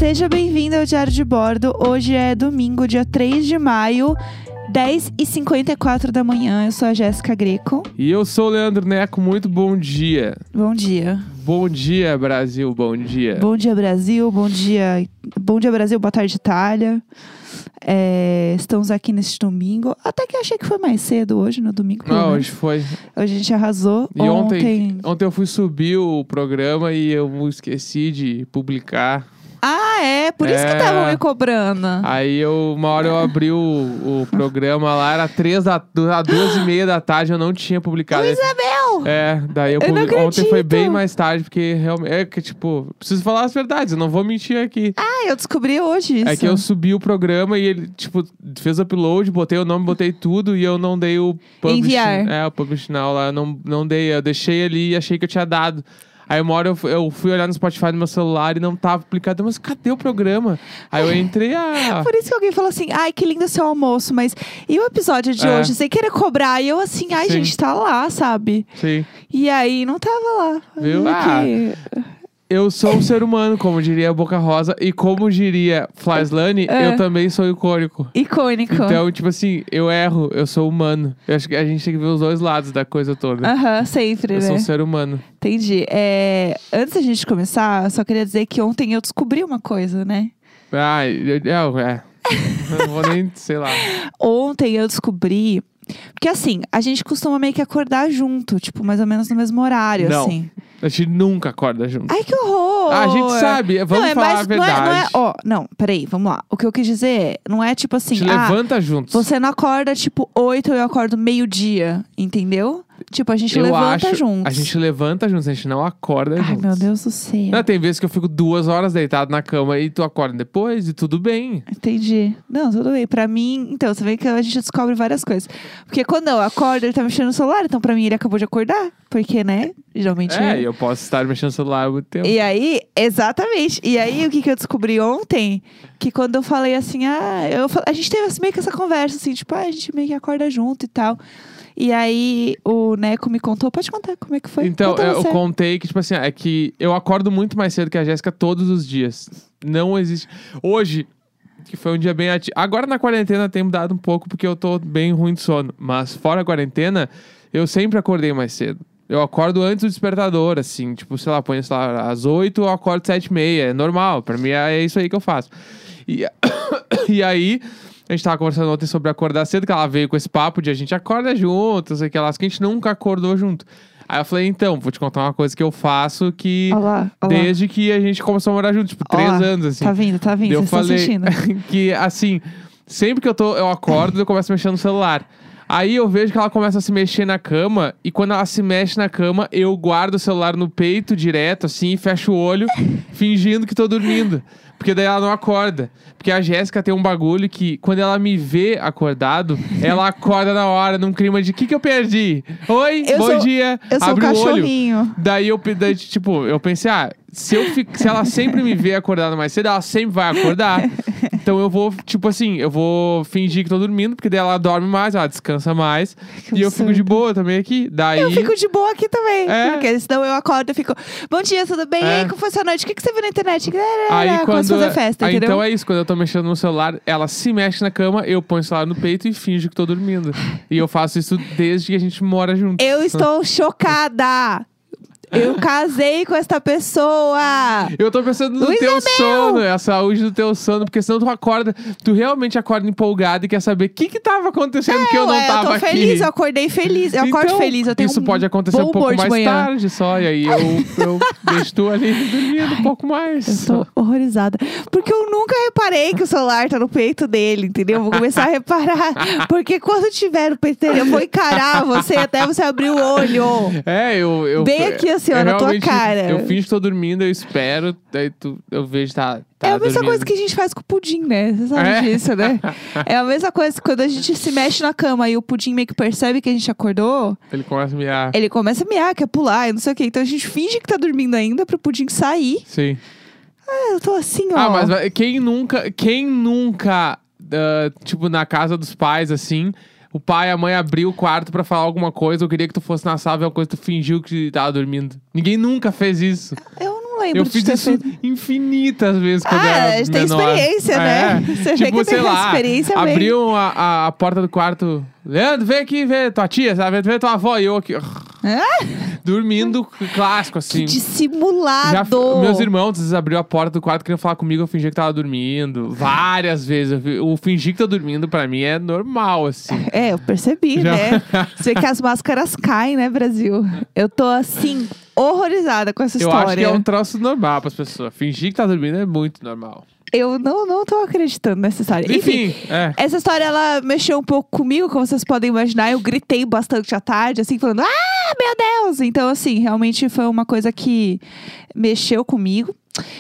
Seja bem-vindo ao Diário de Bordo. Hoje é domingo, dia 3 de maio, 10h54 da manhã. Eu sou a Jéssica Greco. E eu sou o Leandro Neco. Muito bom dia. Bom dia. Bom dia, Brasil. Bom dia. Bom dia, Brasil. Bom dia, Brasil. Boa tarde, Itália. Estamos aqui neste domingo. Até que eu achei que foi mais cedo hoje, no domingo. Não, hoje foi. Hoje a gente arrasou. E ontem eu fui subir o programa e eu esqueci de publicar. Ah, é? Por isso que estavam me cobrando. Aí uma hora eu abri o programa lá, era 2h30 da tarde, eu não tinha publicado. Isabel! Daí eu não ontem foi bem acredito. mais tarde, porque realmente, preciso falar as verdades, eu não vou mentir aqui. Eu descobri hoje isso. É que eu subi o programa e ele, fez upload, botei o nome, botei tudo e eu não dei o publish. Enviar. O publish now lá, não dei, eu deixei ali e achei que eu tinha dado. Aí uma hora eu fui olhar no Spotify no meu celular e não tava publicado. Mas cadê o programa? Aí eu entrei Por isso que alguém falou assim, ai, que lindo seu almoço, mas e o episódio de hoje? Sem querer cobrar. E eu assim, ai, Sim. gente, tá lá, sabe? Sim. E aí, não tava lá. Viu? Eu sou um ser humano, como diria a Boca Rosa. E como diria Flyslane, eu também sou icônico. Icônico. Então, eu erro, eu sou humano. Eu acho que a gente tem que ver os dois lados da coisa toda. Sempre, Eu né? sou um ser humano. Entendi. Antes da gente começar, eu só queria dizer que ontem eu descobri uma coisa, né? Não vou nem, sei lá. Ontem eu descobri... Porque assim, a gente costuma meio que acordar junto, mais ou menos no mesmo horário, Não. assim. A gente nunca acorda junto. Ai, que horror! A gente sabe, vamos falar a verdade. Não, peraí, vamos lá. O que eu quis dizer não é tipo assim... A gente levanta juntos. Você não acorda 8, eu acordo meio-dia, entendeu? A gente levanta juntos. A gente levanta juntos, a gente não acorda juntos. Ai, meu Deus do céu. Não, tem vezes que eu fico 2 horas deitado na cama e tu acorda depois e tudo bem. Entendi. Não, tudo bem. Pra mim, então, você vê que a gente descobre várias coisas. Porque quando eu acordo, ele tá mexendo no celular, então pra mim ele acabou de acordar. Porque, né? Geralmente eu posso estar mexendo no celular há muito tempo. E aí, exatamente. E aí, o que eu descobri ontem? Que quando eu falei assim, a gente teve meio que essa conversa, assim, a gente meio que acorda junto e tal. E aí, o Neco me contou. Pode contar como é que foi? Então, eu contei que, é que eu acordo muito mais cedo que a Jéssica todos os dias. Não existe. Hoje, que foi um dia bem ativo. Agora na quarentena tem mudado um pouco, porque eu tô bem ruim de sono. Mas fora a quarentena, eu sempre acordei mais cedo. Eu acordo antes do despertador, assim. Ponho, às 8, eu acordo 7h30. É normal. Pra mim, é isso aí que eu faço. E aí... A gente tava conversando ontem sobre acordar cedo, que ela veio com esse papo de a gente acorda junto, sei que lá, que a gente nunca acordou junto. Aí eu falei, então, vou te contar uma coisa que eu faço que... Olá. Desde que a gente começou a morar junto, 3 anos, assim. Tá vindo, Eu vocês falei estão sentindo. que, assim, sempre que eu acordo, eu começo a mexer no celular. Aí eu vejo que ela começa a se mexer na cama, e quando ela se mexe na cama, eu guardo o celular no peito direto, assim, e fecho o olho, fingindo que tô dormindo. Porque daí ela não acorda. Porque a Jéssica tem um bagulho que, quando ela me vê acordado, ela acorda na hora, num clima de, o que eu perdi? Oi, bom dia. Eu sou Abre um o olho. cachorrinho. Daí eu pensei, se ela sempre me vê acordado mais cedo, ela sempre vai acordar. Então eu vou, eu vou fingir que tô dormindo, porque daí ela dorme mais, ela descansa mais. E eu fico de boa também aqui. Daí... Eu fico de boa aqui também. É. Porque senão eu acordo e fico, bom dia, tudo bem? E aí, como foi sua noite? O que você viu na internet? Aí Começa a fazer festa, entendeu? Então é isso, quando eu tô mexendo no celular, ela se mexe na cama, eu ponho o celular no peito e finjo que tô dormindo. E eu faço isso desde que a gente mora junto. Eu estou chocada! Eu casei com esta pessoa! Eu tô pensando no teu sono, a saúde do teu sono, porque senão tu realmente acorda empolgado e quer saber o que tava acontecendo que eu não tava aqui. Eu tô feliz, eu acordei feliz, eu acordo feliz, eu tenho isso pode acontecer um pouco mais tarde só, e aí eu deixo tu ali dormindo um pouco mais. Eu tô horrorizada, porque eu nunca reparei que o celular tá no peito dele, entendeu? Vou começar a reparar, porque quando tiver no peito dele, eu vou encarar você até você abrir o olho. Bem aqui, assim, ó, na tua cara. Eu finjo que tô dormindo, eu espero, daí eu vejo tá é a mesma dormindo. coisa que a gente faz com o pudim, né? Você sabe disso, né? É a mesma coisa que quando a gente se mexe na cama e o pudim meio que percebe que a gente acordou. Ele começa a miar. Ele começa a miar, quer pular e não sei o quê. Então a gente finge que tá dormindo ainda pro pudim sair. Sim. Eu tô assim, ó. Mas quem nunca, na casa dos pais, assim... O pai e a mãe abriu o quarto pra falar alguma coisa. Eu queria que tu fosse na sala ver uma coisa, tu fingiu que tava dormindo. Ninguém nunca fez isso. Eu não lembro Eu de fiz ter isso feito. infinitas vezes quando era A gente tem menor. experiência, né? Você vê que sei tem lá, experiência mesmo. abriam a porta do quarto. Leandro, vem aqui ver tua tia, sabe? Vem tua avó e eu aqui. Dormindo, clássico, assim. Dissimulado. Meus irmãos, às vezes, abriu a porta do quarto, queriam falar comigo, eu fingia que tava dormindo. Várias vezes. O fingir que tô dormindo, pra mim, é normal, assim. Eu percebi, né? Você vê que as máscaras caem, né, Brasil? Eu tô, assim, horrorizada com essa Eu história. acho que é um troço normal pras pessoas. Fingir que tá dormindo é muito normal. Eu não tô acreditando nessa história. Enfim, essa história, ela mexeu um pouco comigo, como vocês podem imaginar. Eu gritei bastante à tarde, assim, falando, meu Deus! Então, assim, realmente foi uma coisa que mexeu comigo.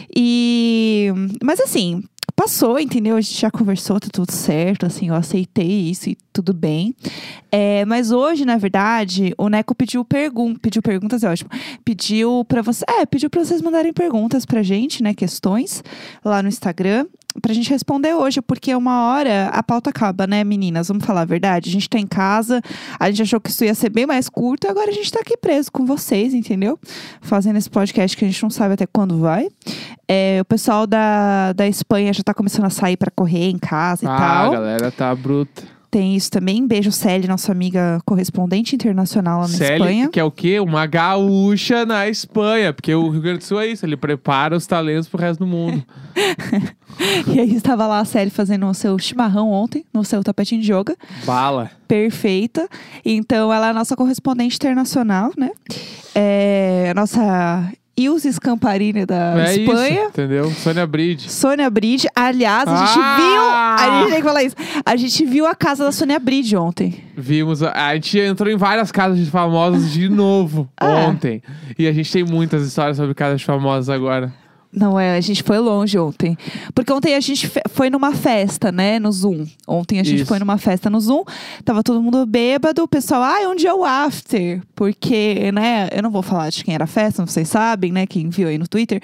Mas, assim, passou, entendeu? A gente já conversou, tá tudo certo, assim, eu aceitei isso e tudo bem. Mas hoje, na verdade, o Neco pediu perguntas, é ótimo. Pediu pra vocês mandarem perguntas pra gente, né? Questões lá no Instagram. Pra gente responder hoje, porque uma hora a pauta acaba, né, meninas? Vamos falar a verdade? A gente tá em casa, a gente achou que isso ia ser bem mais curto, agora a gente tá aqui preso com vocês, entendeu? Fazendo esse podcast que a gente não sabe até quando vai. O pessoal da Espanha já tá começando a sair pra correr em casa e tal. A galera tá bruta. Tem isso também. Beijo, Célia, nossa amiga correspondente internacional lá na Espanha. Que é o quê? Uma gaúcha na Espanha. Porque o Rio Grande do Sul é isso. Ele prepara os talentos pro resto do mundo. E aí estava lá a Célia fazendo o seu chimarrão ontem, no seu tapetinho de yoga. Bala. Perfeita. Então, ela é a nossa correspondente internacional, né? A nossa Ilse Scamparini da Espanha. Isso, entendeu? Sônia Bride. Aliás, a gente viu... A gente tem que falar isso. A gente viu a casa da Sônia Bride ontem. Vimos. A gente entrou em várias casas de famosos de novo ontem. E a gente tem muitas histórias sobre casas de famosos agora. Não a gente foi longe ontem. Porque ontem a gente foi numa festa, né, no Zoom. Ontem a gente foi numa festa no Zoom. Tava todo mundo bêbado. O pessoal, onde é o after? Porque, né, eu não vou falar de quem era a festa, vocês sabem, né, quem viu aí no Twitter.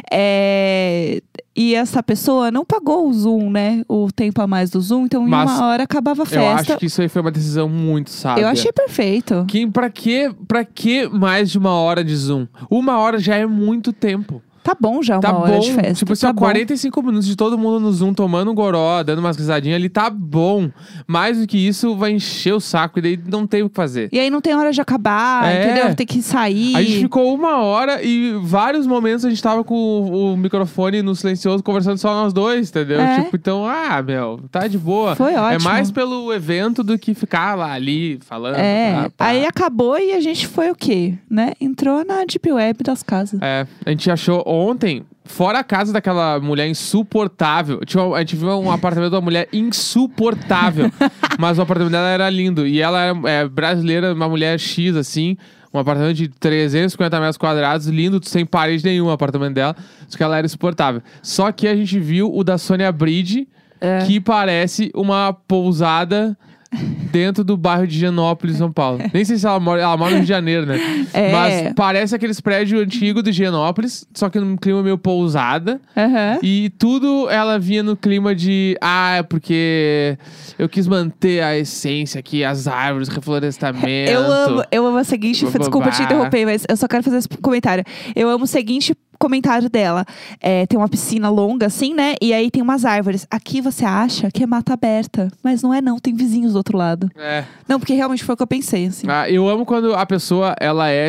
E essa pessoa não pagou o Zoom, né, o tempo a mais do Zoom. Então, em uma hora acabava a festa. Eu acho que isso aí foi uma decisão muito sábia. Eu achei perfeito. Pra que mais de 1 hora de Zoom? 1 hora já é muito tempo. Tá bom já, uma hora de festa. Tipo assim, 45 minutos de todo mundo no Zoom tomando um goró, dando umas risadinhas ali, tá bom. Mais do que isso, vai encher o saco e daí não tem o que fazer. E aí não tem hora de acabar, entendeu? Tem que sair. A gente ficou 1 hora e vários momentos a gente tava com o microfone no silencioso, conversando só nós dois, entendeu? Tipo, então, tá de boa. Foi ótimo. É mais pelo evento do que ficar lá ali falando. Aí acabou e a gente foi o quê? Né? Entrou na Deep Web das casas. A gente achou ontem, fora a casa daquela mulher insuportável. A gente viu um apartamento de uma mulher insuportável. Mas o apartamento dela era lindo. E ela é brasileira, uma mulher X, assim. Um apartamento de 350 metros quadrados, lindo, sem parede nenhuma, o apartamento dela. Só que ela era insuportável. Só que a gente viu o da Sônia Bride, que parece uma pousada dentro do bairro de Higienópolis, São Paulo. Nem sei se ela mora no Rio de Janeiro, né? Mas parece aqueles prédios antigos de Higienópolis, só que num clima meio pousada. E tudo ela vinha no clima de... porque eu quis manter a essência aqui, as árvores, reflorestamento. Eu amo a seguinte... Desculpa te interromper, mas eu só quero fazer esse comentário. Eu amo o seguinte comentário dela. Tem uma piscina longa, assim, né? E aí tem umas árvores. Aqui você acha que é mata aberta. Mas não é não, tem vizinhos do outro lado. Não, porque realmente foi o que eu pensei, assim. Eu amo quando a pessoa, ela é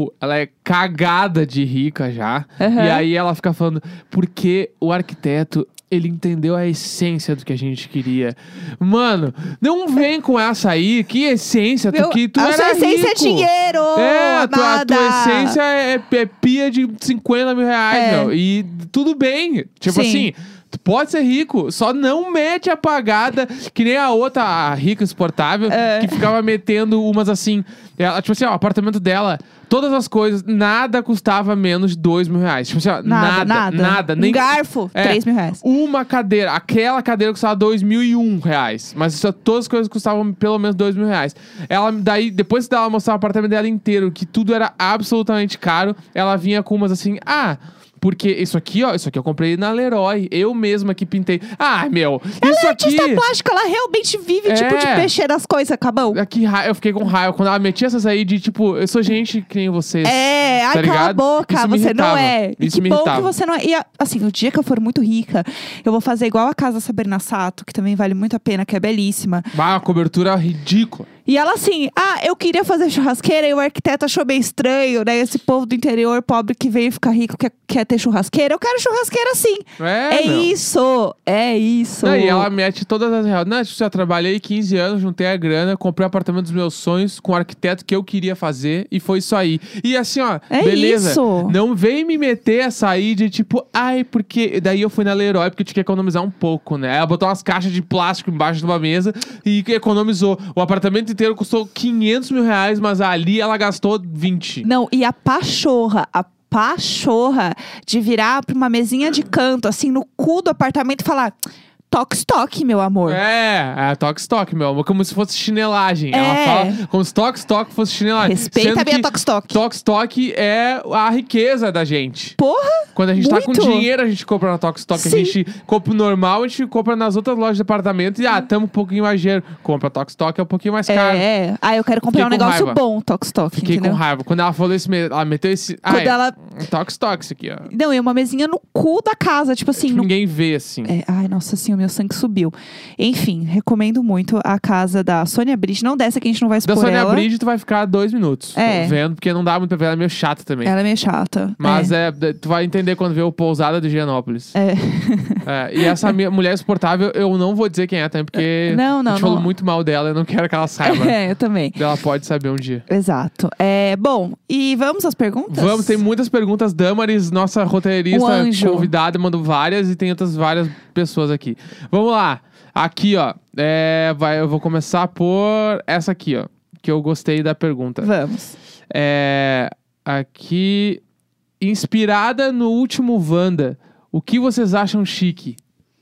cagada de rica já. E aí ela fica falando, porque o arquiteto... ele entendeu a essência do que a gente queria. Mano, não vem com essa aí. Que essência? Tu era rico. A sua essência é dinheiro, amada. A tua essência é pia de 50 mil reais, meu. E tudo bem. Tipo assim... Tu pode ser rico, só não mete a pagada que nem a outra, a rica insuportável, que ficava metendo umas assim. Tipo assim, o apartamento dela, todas as coisas, nada custava menos de 2 mil reais. Tipo assim, nada. Nem garfo, 3 mil reais. Uma cadeira, aquela cadeira custava 2.001 reais. Mas todas as coisas custavam pelo menos 2 mil reais. Daí, depois dela mostrar o apartamento dela inteiro, que tudo era absolutamente caro, ela vinha com umas assim, Porque isso aqui eu comprei na Leroy. Eu mesma que pintei. Ah, meu, ela isso é aqui... artista plástica, ela realmente vive, tipo, de mexer nas coisas, acabou. Aqui, eu fiquei com raiva quando ela metia essas aí de, tipo, eu sou gente que nem vocês. Ai, tá cala a boca, isso você não é. Isso que me bom irritava. que você não é. E, assim, no dia que eu for muito rica, eu vou fazer igual a casa Sabrina Sato, que também vale muito a pena, que é belíssima. Uma cobertura ridícula. E ela assim, eu queria fazer churrasqueira e o arquiteto achou meio estranho, né? Esse povo do interior pobre que veio ficar rico quer ter churrasqueira. Eu quero churrasqueira sim. Isso. Não, e ela mete todas as reais. Não, eu já trabalhei 15 anos, juntei a grana, comprei o apartamento dos meus sonhos com o arquiteto que eu queria fazer e foi isso aí. E assim, ó, beleza. Isso. Não vem me meter essa aí de tipo, porque... Daí eu fui na Leroy porque eu tinha que economizar um pouco, né? Ela botou umas caixas de plástico embaixo de uma mesa e economizou. O apartamento inteiro custou 500 mil reais, mas ali ela gastou 20. Não, e a pachorra de virar pra uma mesinha de canto, assim, no cu do apartamento e falar... Toque, meu amor. Toque, meu amor. Como se fosse chinelagem. Ela fala como se toque fosse chinelagem. Respeita a minha toque. Toque é a riqueza da gente. Porra! Quando a gente muito. tá com dinheiro, a gente compra na Toque. A gente compra o normal, a gente compra nas outras lojas de apartamento e, tamo um pouquinho mais dinheiro. Compra Toque é um pouquinho mais caro. Eu quero comprar um negócio bom, Toque. Fiquei entendeu? com raiva. Quando ela falou ela meteu esse... Quando ela... Toque, isso aqui, ó. Não, é uma mesinha no cu da casa, tipo assim... Ninguém vê, assim. Nossa senhora, meu sangue subiu. Enfim, recomendo muito a casa da Sônia Bride. Não dessa que a gente não vai expor ela. Da Sônia Bride tu vai ficar 2 minutos vendo, porque não dá muito pra ver. Ela é meio chata também. Ela é meio chata. Mas tu vai entender quando ver o Pousada de Gianópolis. E essa minha mulher insuportável, eu não vou dizer quem é também, porque a gente falou muito mal dela. Eu não quero que ela saiba. Eu também. Ela pode saber um dia. Exato. Bom, e vamos às perguntas? Vamos, tem muitas perguntas. Damaris, nossa roteirista convidada, mandou várias e tem outras várias pessoas aqui. Vamos lá. Aqui, ó. Eu vou começar por essa aqui, ó. Que eu gostei da pergunta. Vamos. Aqui. Inspirada no último Wanda, o que vocês acham chique?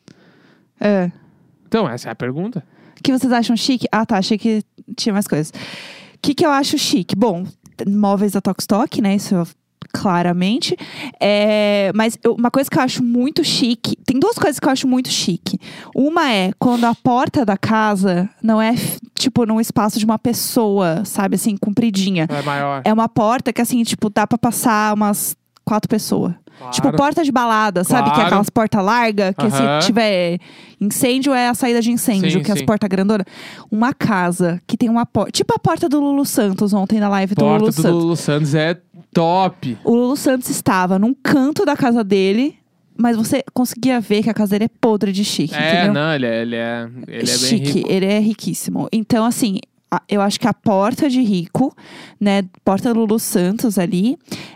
Então, essa é a pergunta. O que vocês acham chique? Tá. Achei que tinha mais coisas. O que eu acho chique? Bom, móveis da Tokstok, né? Isso claramente. Mas uma coisa que eu acho muito chique... Tem 2 coisas que eu acho muito chique. Uma é quando a porta da casa não é, tipo, num espaço de uma pessoa, sabe? Assim, compridinha. É maior. É uma porta que, assim, tipo, dá pra passar umas 4 pessoas. Claro. Tipo, porta de balada, sabe? Que é aquelas portas largas, que se tiver incêndio é a saída de incêndio, que é as portas grandonas. Uma casa que tem uma porta... Tipo a porta do Lulu Santos ontem na live do Lulu Santos. A porta do Lulu Santos é top. O Lulu Santos estava num canto da casa dele, mas você conseguia ver que a casa dele é podre de chique, entendeu? Não, ele é bem chique, rico. ele é riquíssimo. Então, assim... Eu acho que a porta de rico, né? Porta do Lulu Santos ali.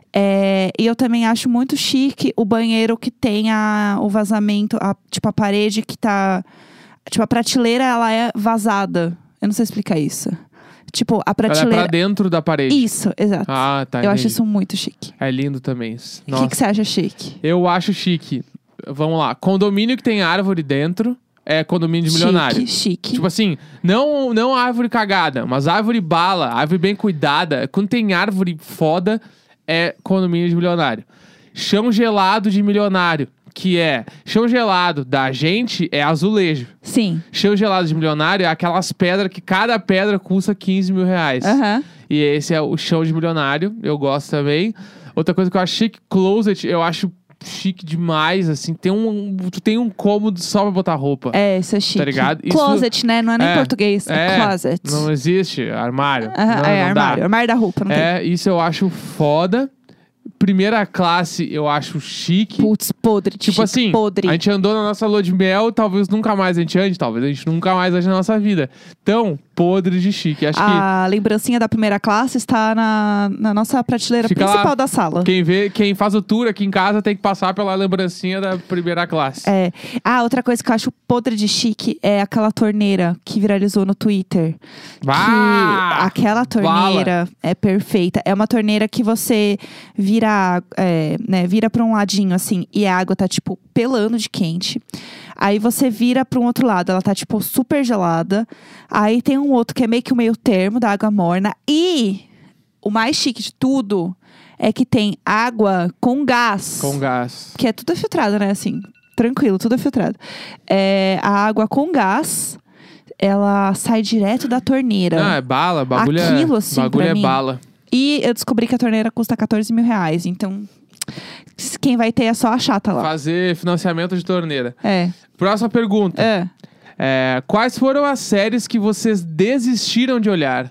E eu também acho muito chique o banheiro que tem o vazamento, tipo a parede que tá... Tipo, a prateleira, ela é vazada. Eu não sei explicar isso. Tipo, a prateleira... Ela é pra dentro da parede. Isso, exato. Tá. Eu acho isso muito chique. É lindo também. O que você acha chique? Eu acho chique. Vamos lá. Condomínio que tem árvore dentro. É condomínio de milionário. Chique. Tipo assim, não árvore cagada, mas árvore bala, árvore bem cuidada. Quando tem árvore foda, é condomínio de milionário. Chão gelado de milionário, que é... Chão gelado da gente é azulejo. Sim. Chão gelado de milionário é aquelas pedras que cada pedra custa 15 mil reais. E esse é o chão de milionário, eu gosto também. Outra coisa que eu acho chique, closet, eu acho... chique demais, assim. Tu tem um cômodo só pra botar roupa. Isso é chique. Tá ligado? Closet, né? Não é nem em português. É closet. Não existe. Armário. Não armário. Dá. Armário da roupa, não tem. Isso eu acho foda. Primeira classe, eu acho chique. Putz, podre. Tipo assim, podre. A gente andou na nossa lua de mel, talvez nunca mais a gente ande, talvez a gente nunca mais ande na nossa vida. Então, podre de chique. Acho a lembrancinha da primeira classe está na nossa prateleira principal lá, da sala. Quem faz o tour aqui em casa tem que passar pela lembrancinha da primeira classe. Outra coisa que eu acho podre de chique é aquela torneira que viralizou no Twitter. Aquela torneira é perfeita. É uma torneira que você vira pra um ladinho, assim, e a água tá, tipo, pelando de quente. Aí você vira pra um outro lado, ela tá, tipo, super gelada. Aí tem um outro que é meio que o meio termo da água morna. E o mais chique de tudo é que tem água com gás. Com gás. Que é tudo filtrado, né? Assim, tranquilo, tudo é filtrado. A água com gás, ela sai direto da torneira. Não, é bala, bagulho Aquilo, assim, bagulho pra é mim. bala. E eu descobri que a torneira custa 14 mil reais. Então, quem vai ter é só a chata lá. Fazer financiamento de torneira. Próxima pergunta. Quais foram as séries que vocês desistiram de olhar?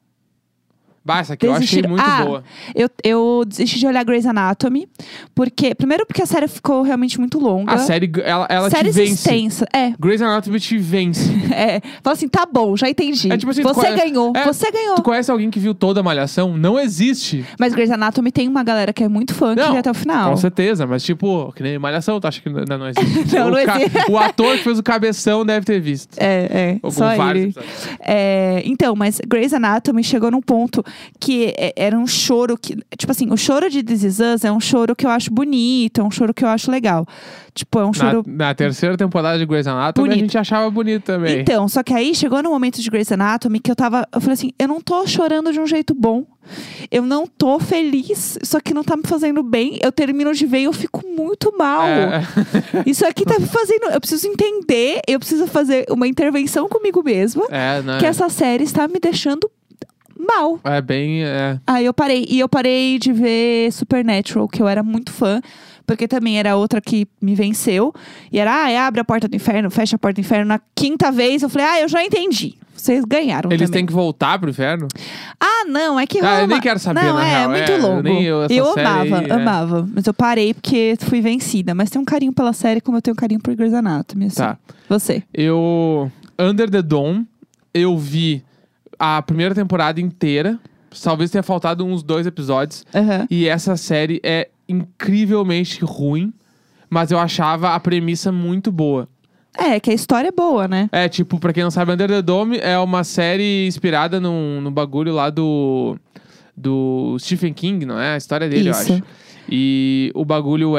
Essa aqui eu achei muito boa. Eu desisti de olhar Grey's Anatomy. Primeiro porque a série ficou realmente muito longa. A série, ela série te vence. extensa. Grey's Anatomy te vence. Fala assim, tá bom, já entendi. Tipo assim, você ganhou. Tu conhece alguém que viu toda a Malhação? Não existe. Mas Grey's Anatomy tem uma galera que é muito fã, que vê até o final. Com certeza, mas tipo, que nem Malhação, tu acha que ainda não existe? Não existe. O ator que fez o Cabeção deve ter visto. Só ele. Então, mas Grey's Anatomy chegou num ponto que era um choro que... Tipo assim, o choro de This Is Us é um choro que eu acho bonito, é um choro que eu acho legal. Tipo, é um choro... Na terceira temporada de Grey's Anatomy, bonito. A gente achava bonito também. Então, só que aí chegou no momento de Grey's Anatomy que eu falei assim, eu não tô chorando de um jeito bom. Eu não tô feliz, isso aqui não tá me fazendo bem. Eu termino de ver e eu fico muito mal. Isso aqui tá me fazendo... Eu preciso entender, eu preciso fazer uma intervenção comigo mesma. Que essa série está me deixando mal. Aí eu parei. E eu parei de ver Supernatural, que eu era muito fã. Porque também era outra que me venceu. E era, abre a porta do inferno, fecha a porta do inferno. Na quinta vez, eu falei, eu já entendi. Vocês ganharam Eles também. têm que voltar pro inferno? Não, é que rola... eu nem quero saber, não, na real. É muito longo. Eu amava. Mas eu parei porque fui vencida. Mas tenho um carinho pela série, como eu tenho um carinho por Grey's Anatomy. Assim. Tá. Você? Under the Dome, eu vi a primeira temporada inteira. Talvez tenha faltado uns 2 episódios. E essa série é incrivelmente ruim. Mas eu achava a premissa muito boa. Que a história é boa, né? Tipo, pra quem não sabe, Under the Dome é uma série inspirada no bagulho lá do Stephen King, não é? A história dele, Isso. eu acho. E o bagulho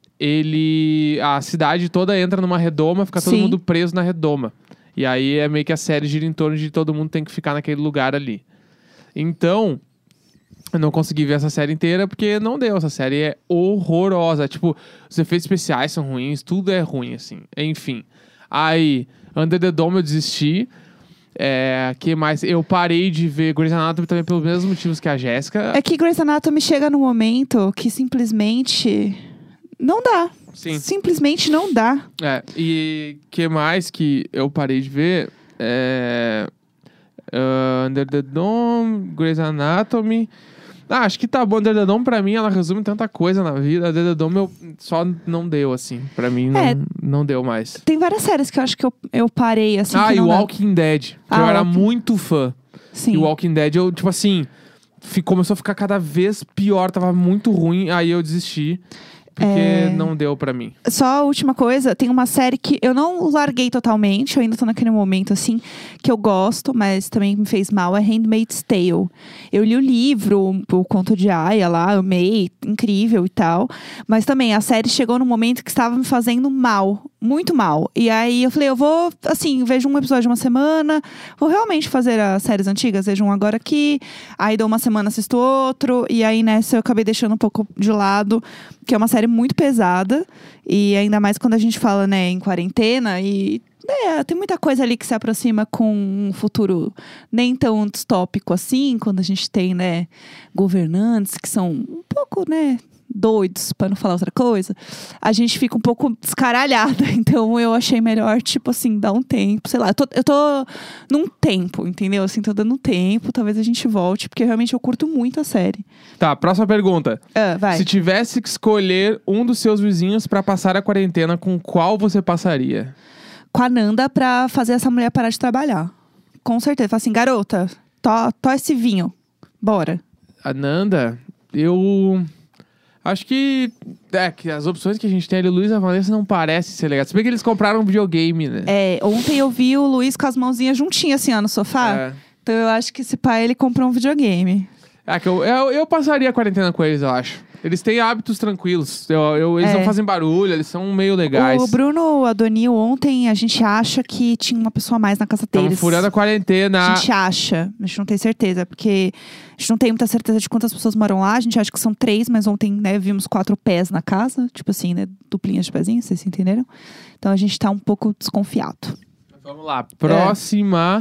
a cidade toda entra numa redoma, fica todo mundo preso na redoma. E aí é meio que a série gira em torno de todo mundo tem que ficar naquele lugar ali. Então, eu não consegui ver essa série inteira porque não deu. Essa série é horrorosa. Tipo, os efeitos especiais são ruins, tudo é ruim, assim. Enfim. Aí, Under the Dome eu desisti. Que mais? Eu parei de ver Grey's Anatomy também pelos mesmos motivos que a Jéssica. É que Grey's Anatomy chega num momento que simplesmente não dá. Sim. Simplesmente não dá. E que mais que eu parei de ver? Under the Dome, Grey's Anatomy. Acho que tá bom. Under the Dome, pra mim, ela resume tanta coisa na vida. Under the Dome só não deu, assim. Pra mim, não deu mais. Tem várias séries que eu acho que eu parei, assim. E o Walking Dead. Que eu era muito fã. Sim. E o Walking Dead, eu, tipo assim... Começou a ficar cada vez pior. Tava muito ruim. Aí eu desisti. Porque não deu pra mim. Só a última coisa, tem uma série que eu não larguei totalmente, eu ainda tô naquele momento, assim, que eu gosto, mas também me fez mal, é Handmaid's Tale. Eu li o livro, o conto de Aya lá, amei, incrível e tal. Mas também, a série chegou num momento que estava me fazendo mal, muito mal. E aí eu falei, eu vou, assim, vejo um episódio uma semana, vou realmente fazer as séries antigas, vejo um agora aqui, aí dou uma semana, assisto outro, e aí nessa eu acabei deixando um pouco de lado, que é uma série muito pesada, e ainda mais quando a gente fala, né, em quarentena, e tem muita coisa ali que se aproxima com um futuro nem tão distópico assim, quando a gente tem, né, governantes que são um pouco, né, doidos, pra não falar outra coisa, a gente fica um pouco descaralhada. Então eu achei melhor, tipo assim, dar um tempo, sei lá, eu tô num tempo, entendeu? Assim, tô dando um tempo, talvez a gente volte, porque realmente eu curto muito a série. Tá, próxima pergunta. Vai. Se tivesse que escolher um dos seus vizinhos pra passar a quarentena, com qual você passaria? Com a Nanda, pra fazer essa mulher parar de trabalhar. Com certeza. Fala assim, garota, tó esse vinho, bora. A Nanda, eu... Acho que as opções que a gente tem ali, o Luiz e a Vanessa, não parecem ser legais. Se bem que eles compraram um videogame, né? Ontem eu vi o Luiz com as mãozinhas juntinhas assim, ó, no sofá. Então eu acho que esse pai, ele comprou um videogame. Que eu passaria a quarentena com eles, eu acho. Eles têm hábitos tranquilos. Eles não fazem barulho, eles são meio legais. O Bruno Adonil, ontem, a gente acha que tinha uma pessoa a mais na casa deles. Estamos furando a quarentena. A gente acha, a gente não tem certeza, porque a gente não tem muita certeza de quantas pessoas moram lá. A gente acha que são 3, mas ontem, né, vimos 4 pés na casa. Tipo assim, né, duplinhas de pezinhos, vocês entenderam? Então a gente tá um pouco desconfiado. Vamos lá, próxima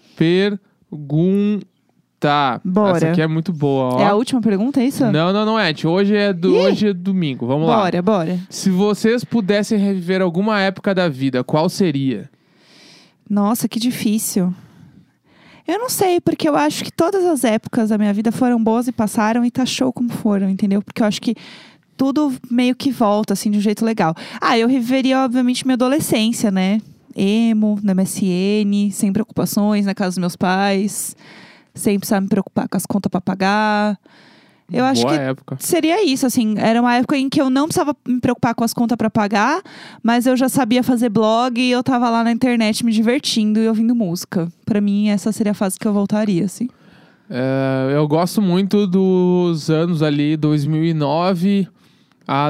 pergunta. Bora. Essa aqui é muito boa, ó. É a última pergunta, é isso? Não é. Hoje é domingo. Vamos lá. Bora. Se vocês pudessem reviver alguma época da vida, qual seria? Nossa, que difícil. Eu não sei, porque eu acho que todas as épocas da minha vida foram boas e passaram e tá show como foram, entendeu? Porque eu acho que tudo meio que volta, assim, de um jeito legal. Eu reviveria, obviamente, minha adolescência, né? Emo, na MSN, sem preocupações, na casa dos meus pais. Sem precisar me preocupar com as contas pra pagar. Eu acho que época. Seria isso, assim. Era uma época em que eu não precisava me preocupar com as contas pra pagar, mas eu já sabia fazer blog e eu tava lá na internet me divertindo e ouvindo música. Pra mim, essa seria a fase que eu voltaria, assim. Eu gosto muito dos anos ali, 2009 a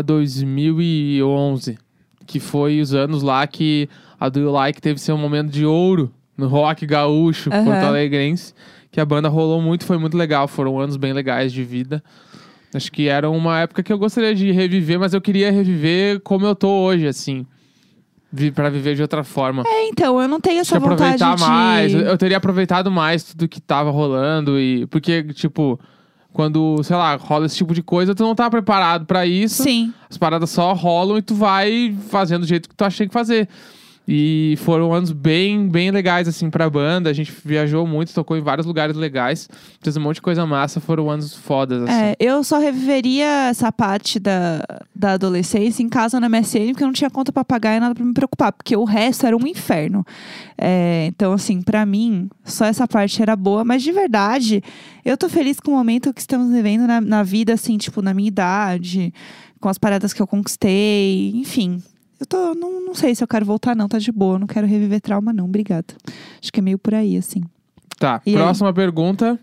2011. Que foi os anos lá que a Do You Like teve seu momento de ouro no rock gaúcho, Porto Alegrense. Que a banda rolou muito, foi muito legal. Foram anos bem legais de vida. Acho que era uma época que eu gostaria de reviver, mas eu queria reviver como eu tô hoje, assim. Pra viver de outra forma. Então, eu não tenho essa vontade de... aproveitar mais. Eu teria aproveitado mais tudo que tava rolando. Porque, tipo, quando, sei lá, rola esse tipo de coisa, tu não tá preparado pra isso. Sim. As paradas só rolam e tu vai fazendo do jeito que tu achei que fazer. E foram anos bem, bem legais, assim, pra banda. A gente viajou muito, tocou em vários lugares legais. Fez um monte de coisa massa, foram anos fodas, assim. Eu só reviveria essa parte da adolescência em casa na MSN, porque eu não tinha conta pra pagar e nada pra me preocupar. Porque o resto era um inferno. Então, assim, pra mim, só essa parte era boa. Mas, de verdade, eu tô feliz com o momento que estamos vivendo na vida, assim, tipo, na minha idade. Com as paradas que eu conquistei, enfim... Não sei se eu quero voltar, não. Tá de boa. Não quero reviver trauma, não. Obrigada. Acho que é meio por aí, assim. Tá. Próxima pergunta.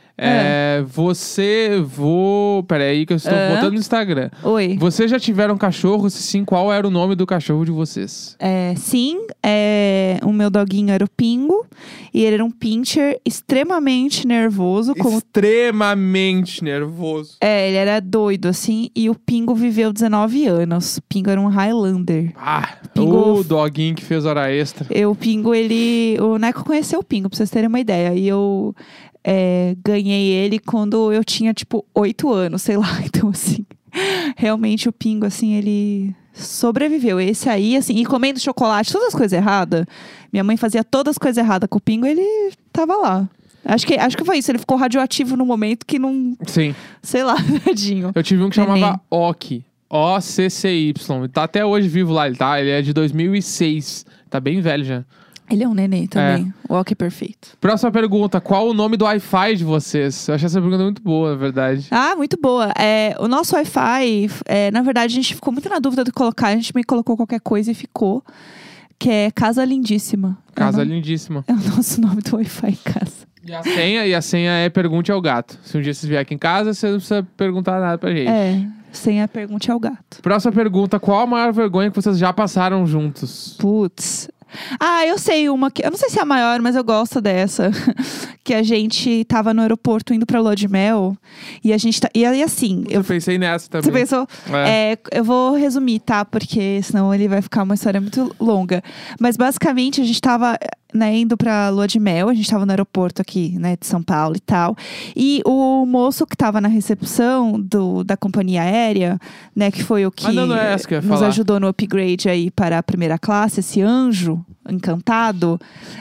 Peraí, que eu estou botando no Instagram. Oi. Vocês já tiveram cachorro? Se sim, qual era o nome do cachorro de vocês? Sim. O meu doguinho era o Pingo. E ele era um pincher extremamente nervoso. Extremamente nervoso. Ele era doido, assim. E o Pingo viveu 19 anos. O Pingo era um Highlander. O doguinho que fez hora extra. O Pingo, o Neco conheceu o Pingo, pra vocês terem uma ideia. E eu... ganhei ele quando eu tinha, tipo, 8 anos, sei lá. Então, assim, realmente o Pingo, assim, ele sobreviveu. Esse aí, assim, e comendo chocolate, todas as coisas erradas. Minha mãe fazia todas as coisas erradas com o Pingo, ele tava lá. Acho que foi isso, ele ficou radioativo no momento que não... Sim. Sei lá, tadinho. Eu tive um que chamava Occy. O-C-C-Y. Tá até hoje vivo lá, ele é de 2006. Tá bem velho já. Ele é um neném também. O Walk é perfeito. Próxima pergunta. Qual o nome do Wi-Fi de vocês? Eu achei essa pergunta muito boa, na verdade. Muito boa. O nosso Wi-Fi, na verdade, a gente ficou muito na dúvida de colocar. A gente me colocou qualquer coisa e ficou. Que é Casa Lindíssima. Casa Lindíssima. É o nosso nome do Wi-Fi em casa. E a senha é Pergunte ao Gato. Se um dia vocês vierem aqui em casa, você não precisa perguntar nada pra gente. Senha Pergunte ao Gato. Próxima pergunta. Qual a maior vergonha que vocês já passaram juntos? Putz... eu sei uma que... Eu não sei se é a maior, mas eu gosto dessa. Que a gente tava no aeroporto indo pra lua de mel. E a gente... E assim... Eu pensei nessa também. Você pensou? Eu vou resumir, tá? Porque senão ele vai ficar uma história muito longa. Mas basicamente a gente tava... indo pra lua de mel, a gente tava no aeroporto aqui, né, de São Paulo e tal. E o moço que tava na recepção da companhia aérea, né, que foi o que nos ajudou no upgrade aí para a primeira classe, esse anjo encantado,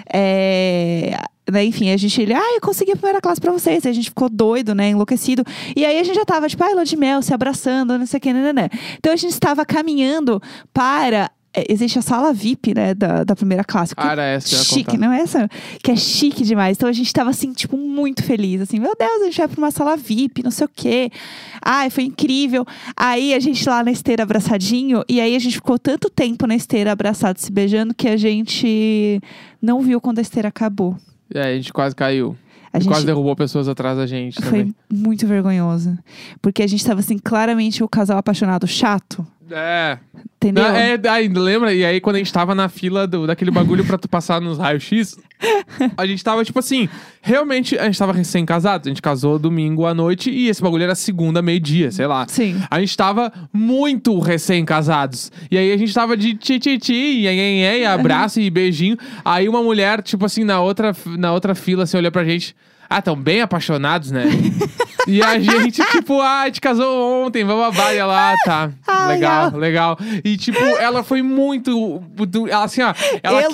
enfim, a gente, eu consegui a primeira classe pra vocês. Aí a gente ficou doido, né, enlouquecido. E aí a gente já tava, tipo, lua de mel, se abraçando, não sei o que, né. Então a gente estava caminhando para... Existe a sala VIP, né, da primeira classe. Era essa que eu ia chique, contar. não é essa? Que é chique demais. Então a gente tava assim, tipo, muito feliz. Assim, meu Deus, a gente vai pra uma sala VIP, não sei o quê. Foi incrível. Aí a gente lá na esteira abraçadinho. E aí a gente ficou tanto tempo na esteira abraçado, se beijando, que a gente não viu quando a esteira acabou. A gente quase caiu. Quase derrubou pessoas atrás da gente também. Foi muito vergonhoso. Porque a gente tava, assim, claramente o casal apaixonado chato. Entendeu? Lembra? E aí, quando a gente tava na fila daquele bagulho pra tu passar nos raios-x, a gente tava, tipo assim, realmente, a gente tava recém-casado. A gente casou domingo à noite e esse bagulho era segunda, meio-dia, sei lá. Sim. A gente tava muito recém-casados. E aí, a gente tava de ti, abraço e beijinho. Aí, uma mulher, tipo assim, na outra fila, assim, olhou pra gente. Tão bem apaixonados, né? E a gente, tipo, a gente casou ontem, vamos a baia lá, tá. Legal. E, tipo, ela foi muito. Ela, assim, ó.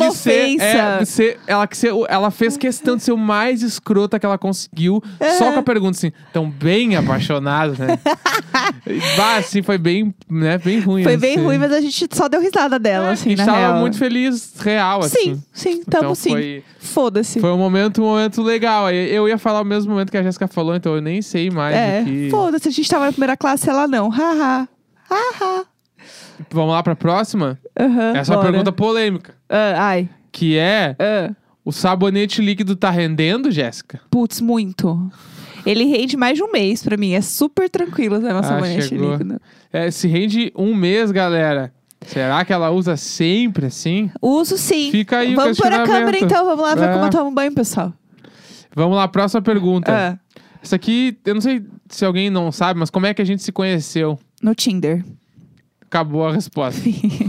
Ela fez questão de ser o mais escrota que ela conseguiu. Só com a pergunta assim, tão bem apaixonados, né? Assim, foi bem, né? Bem ruim. Foi bem ruim, mas a gente só deu risada dela, assim, na real. A gente tava muito feliz, real, assim. Sim, tamo sim. Foda-se. Foi um momento legal. Eu ia falar o mesmo momento que a Jéssica falou, então eu nem sei mais o que... Foda-se, a gente tava na primeira classe, ela não. Haha. Vamos lá pra próxima? Essa é uma pergunta polêmica. Que é... O sabonete líquido tá rendendo, Jéssica? Putz, muito. Ele rende mais de um mês pra mim. É super tranquilo ter um sabonete líquido. Se rende um mês, galera. Será que ela usa sempre assim? Uso sim. Fica aí Vamos pôr a câmera então, vamos lá ver como eu tomo banho, pessoal. Vamos lá, próxima pergunta. Essa aqui, eu não sei se alguém não sabe, mas como é que a gente se conheceu? No Tinder. Acabou a resposta.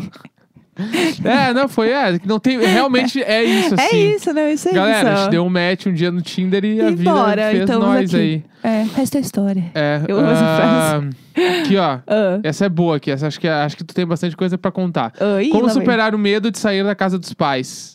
Não tem, realmente é isso, assim. Isso aí. Galera, a gente deu um match um dia no Tinder e a vida fez então, nós aqui. aí. Resto é história. Eu amo essa frase. Aqui, ó. Essa é boa aqui. Essa acho que tu tem bastante coisa pra contar. Como superar o medo de sair da casa dos pais?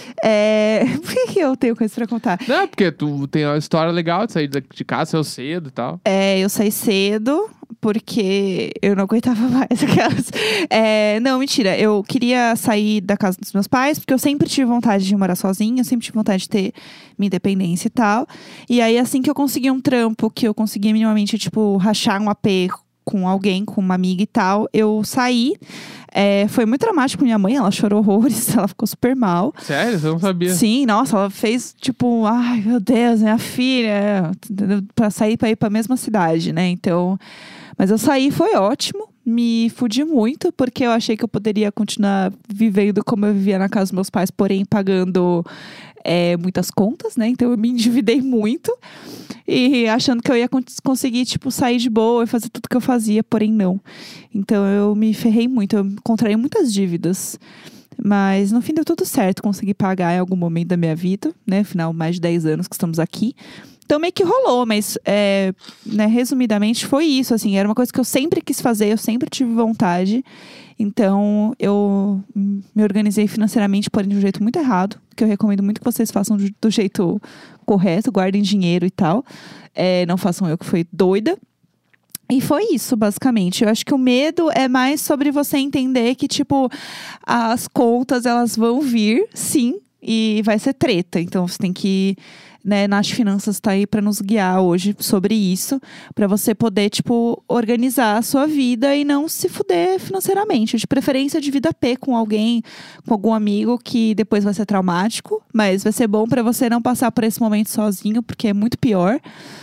Por que eu tenho coisa pra contar? Não, porque tu tem uma história legal de sair de casa, saiu cedo e tal. Eu saí cedo porque eu não aguentava mais aquelas. Não, mentira. Eu queria sair da casa dos meus pais porque eu sempre tive vontade de morar sozinha, eu sempre tive vontade de ter minha independência e tal. E aí, assim que eu consegui um trampo, que eu conseguia minimamente, tipo, rachar um AP com alguém, com uma amiga e tal, eu saí. Foi muito dramático. Minha mãe, ela chorou horrores, ela ficou super mal. Sério? Você não sabia? Sim, nossa, ela fez tipo, ai meu Deus, minha filha, pra sair pra ir pra mesma cidade, né? Então, mas eu saí, foi ótimo. Me fudi muito, porque eu achei que eu poderia continuar vivendo como eu vivia na casa dos meus pais, porém pagando muitas contas, né? Então eu me endividei muito. E achando que eu ia conseguir, tipo, sair de boa e fazer tudo que eu fazia, porém não. Então eu me ferrei muito, eu contraí muitas dívidas. Mas no fim deu tudo certo, consegui pagar em algum momento da minha vida, né? Afinal, mais de 10 anos que estamos aqui. Então meio que rolou, mas né, resumidamente foi isso, assim. Era uma coisa que eu sempre quis fazer, eu sempre tive vontade. Então eu me organizei financeiramente, porém de um jeito muito errado. Que eu recomendo muito que vocês façam do jeito correto, guardem dinheiro e tal. Não façam eu que fui doida. E foi isso, basicamente. Eu acho que o medo é mais sobre você entender que, tipo, as contas, elas vão vir, sim, e vai ser treta. Então, você tem que, né, Nath Finanças tá aí pra nos guiar hoje sobre isso, pra você poder, tipo, organizar a sua vida e não se fuder financeiramente. De preferência, divida P com alguém, com algum amigo, que depois vai ser traumático, mas vai ser bom pra você não passar por esse momento sozinho, porque é muito pior.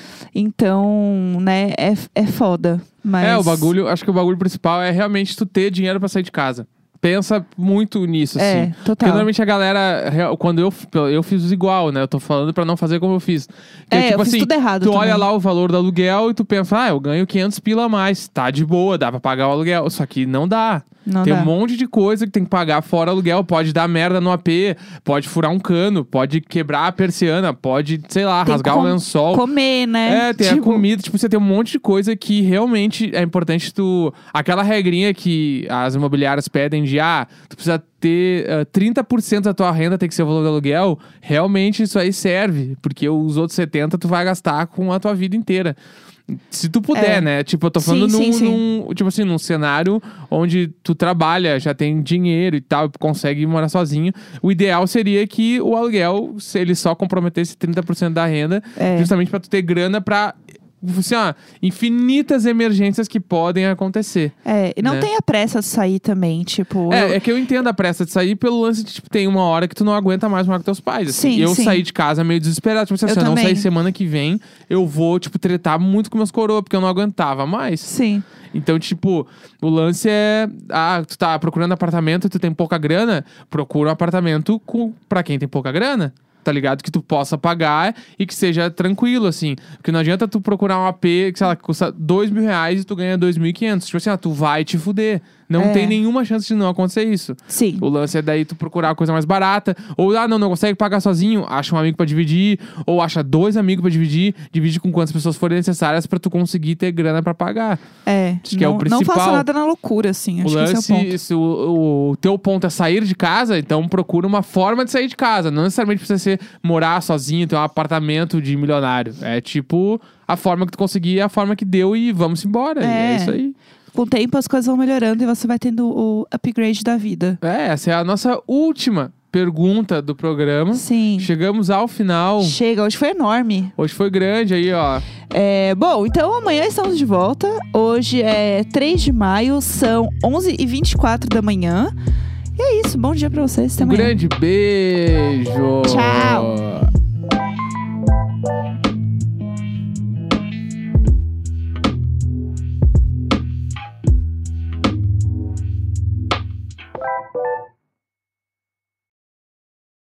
Então, né, é foda. Mas... acho que o bagulho principal é realmente tu ter dinheiro pra sair de casa. Pensa muito nisso, assim. Total. Porque normalmente a galera, quando eu fiz igual, né? Eu tô falando pra não fazer como eu fiz. Que, tipo eu fiz assim, tudo errado tu também. olha lá o valor do aluguel e tu pensa, eu ganho 500 pila a mais. Tá de boa, dá pra pagar o aluguel. Só que não dá. Tem um monte de coisa que tem que pagar fora aluguel. Pode dar merda no AP, pode furar um cano, pode quebrar a persiana, pode, sei lá, tem rasgar o lençol. Comer, né? Tem a comida. Tipo, você tem um monte de coisa que realmente é importante tu... Aquela regrinha que as imobiliárias pedem de, tu precisa ter 30% da tua renda tem que ser o valor do aluguel. Realmente isso aí serve, porque os outros 70% tu vai gastar com a tua vida inteira. Se tu puder, né? Tipo, eu tô falando num cenário onde tu trabalha, já tem dinheiro e tal, consegue morar sozinho. O ideal seria que o aluguel, se ele só comprometesse 30% da renda, justamente pra tu ter grana pra assim, ó, infinitas emergências que podem acontecer. E não tenha pressa de sair também, tipo... É que eu entendo a pressa de sair pelo lance de, tipo, tem uma hora que tu não aguenta mais morar com teus pais. Assim. Sim, eu sim. saí de casa meio desesperado. Tipo assim, se eu não sair semana que vem, eu vou, tipo, tretar muito com meus coroas, porque eu não aguentava mais. Sim. Então, tipo, o lance é... tu tá procurando apartamento, tu tem pouca grana, procura um apartamento pra quem tem pouca grana. Tá ligado? Que tu possa pagar e que seja tranquilo, assim. Porque não adianta tu procurar um AP que, sei lá, que custa R$2.000 e tu ganha 2.500. Tipo assim, tu vai te fuder. Não tem nenhuma chance de não acontecer isso. Sim. O lance é daí tu procurar a coisa mais barata. Ou, não consegue pagar sozinho. Acha um amigo pra dividir. Ou acha 2 amigos pra dividir. Divide com quantas pessoas forem necessárias pra tu conseguir ter grana pra pagar. Acho que é o principal. Não faça nada na loucura, assim. Acho que esse é o ponto. Se o teu ponto é sair de casa, então procura uma forma de sair de casa. Não necessariamente precisa ser morar sozinho, ter um apartamento de milionário. É tipo, a forma que tu conseguir é a forma que deu e vamos embora. E é isso aí. Com o tempo as coisas vão melhorando e você vai tendo o upgrade da vida. Essa é a nossa última pergunta do programa. Sim. Chegamos ao final. Chega, hoje foi enorme. Hoje foi grande aí, ó. Bom, então amanhã estamos de volta. Hoje é 3 de maio, são 11h24 da manhã. E é isso, bom dia pra vocês também. Um grande beijo. Tchau.